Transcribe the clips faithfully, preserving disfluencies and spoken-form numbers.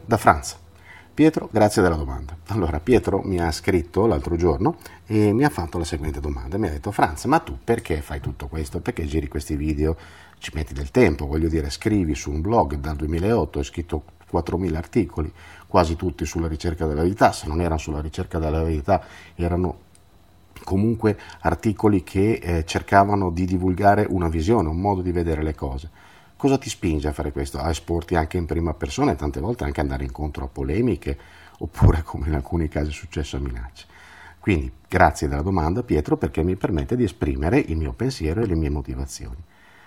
da Franz. Pietro, grazie della domanda. Allora, Pietro mi ha scritto l'altro giorno e mi ha fatto la seguente domanda. Mi ha detto: Franz, ma tu perché fai tutto questo? Perché giri questi video? Ci metti del tempo, voglio dire, scrivi su un blog dal duemilaotto, hai scritto quattromila articoli, quasi tutti sulla ricerca della verità. Se non erano sulla ricerca della verità, erano comunque articoli che eh, cercavano di divulgare una visione, un modo di vedere le cose. Cosa ti spinge a fare questo? A esporti anche in prima persona e tante volte anche andare incontro a polemiche, oppure, come in alcuni casi è successo, a minacce. Quindi grazie della domanda, Pietro, perché mi permette di esprimere il mio pensiero e le mie motivazioni.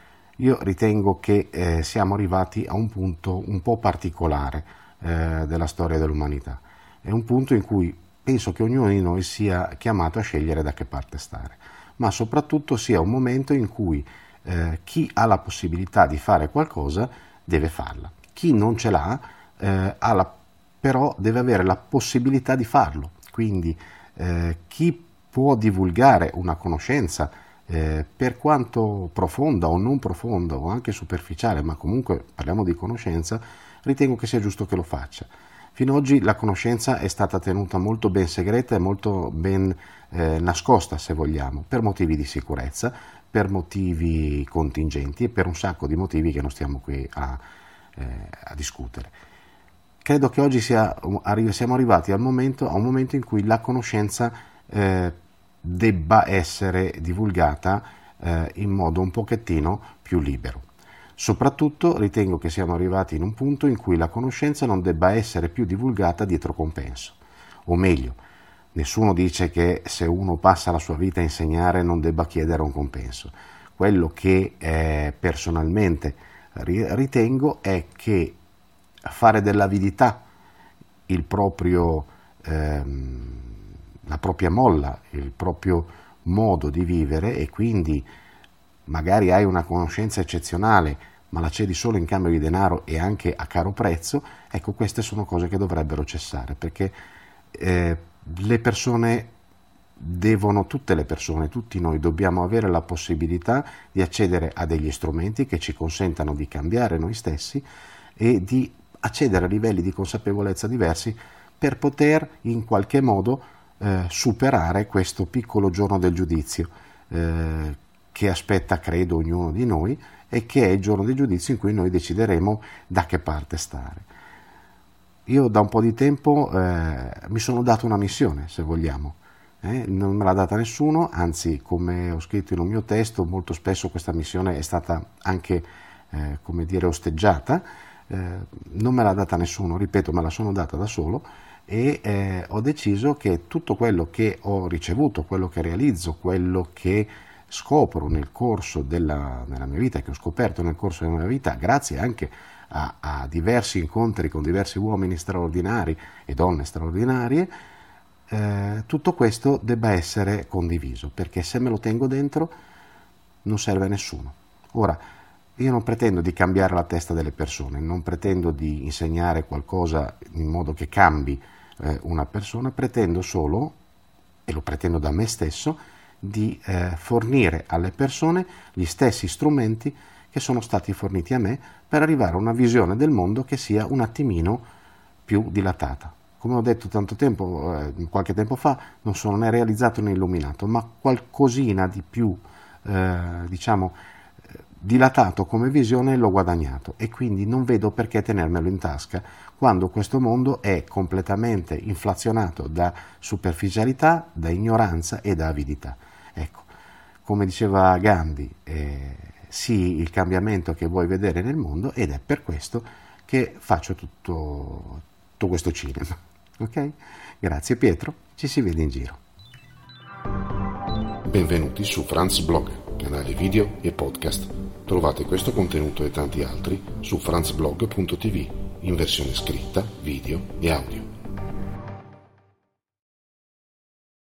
Io ritengo che eh, siamo arrivati a un punto un po' particolare eh, della storia dell'umanità. È un punto in cui penso che ognuno di noi sia chiamato a scegliere da che parte stare, ma soprattutto sia un momento in cui eh, chi ha la possibilità di fare qualcosa deve farla. Chi non ce l'ha, eh, ha la, però deve avere la possibilità di farlo. Quindi eh, chi può divulgare una conoscenza, eh, per quanto profonda o non profonda o anche superficiale, ma comunque parliamo di conoscenza, ritengo che sia giusto che lo faccia. Fino ad oggi la conoscenza è stata tenuta molto ben segreta e molto ben eh, nascosta, se vogliamo, per motivi di sicurezza, per motivi contingenti e per un sacco di motivi che non stiamo qui a, eh, a discutere. Credo che oggi sia, siamo arrivati al momento, a un momento in cui la conoscenza eh, debba essere divulgata eh, in modo un pochettino più libero. Soprattutto ritengo che siamo arrivati in un punto in cui la conoscenza non debba essere più divulgata dietro compenso. O meglio, nessuno dice che se uno passa la sua vita a insegnare non debba chiedere un compenso. Quello che eh, personalmente ritengo è che fare dell'avidità il proprio, ehm, la propria molla, il proprio modo di vivere, e quindi magari hai una conoscenza eccezionale ma la cedi solo in cambio di denaro e anche a caro prezzo, ecco, queste sono cose che dovrebbero cessare, perché eh, le persone devono, tutte le persone, tutti noi dobbiamo avere la possibilità di accedere a degli strumenti che ci consentano di cambiare noi stessi e di accedere a livelli di consapevolezza diversi per poter in qualche modo eh, superare questo piccolo giorno del giudizio eh, che aspetta, credo, ognuno di noi, e che è il giorno del giudizio in cui noi decideremo da che parte stare. Io da un po' di tempo eh, mi sono dato una missione, se vogliamo, eh? non me l'ha data nessuno, anzi, come ho scritto in un mio testo, molto spesso questa missione è stata anche, eh, come dire, osteggiata, eh, non me l'ha data nessuno, ripeto, me la sono data da solo, e eh, ho deciso che tutto quello che ho ricevuto, quello che realizzo, quello che scopro nel corso della, della mia vita, che ho scoperto nel corso della mia vita, grazie anche a, a diversi incontri con diversi uomini straordinari e donne straordinarie, eh, tutto questo debba essere condiviso, perché se me lo tengo dentro non serve a nessuno. Ora, io non pretendo di cambiare la testa delle persone, non pretendo di insegnare qualcosa in modo che cambi eh, una persona, pretendo solo, e lo pretendo da me stesso, di eh, fornire alle persone gli stessi strumenti che sono stati forniti a me per arrivare a una visione del mondo che sia un attimino più dilatata. Come ho detto tanto tempo, eh, qualche tempo fa, non sono né realizzato né illuminato, ma qualcosina di più, eh, diciamo, dilatato come visione l'ho guadagnato, e quindi non vedo perché tenermelo in tasca quando questo mondo è completamente inflazionato da superficialità, da ignoranza e da avidità. Ecco, come diceva Gandhi, eh, sii il cambiamento che vuoi vedere nel mondo, ed è per questo che faccio tutto, tutto questo cinema. Ok? Grazie Pietro, ci si vede in giro. Benvenuti su Franz Blog, canale video e podcast. Trovate questo contenuto e tanti altri su franzblog punto tv in versione scritta, video e audio.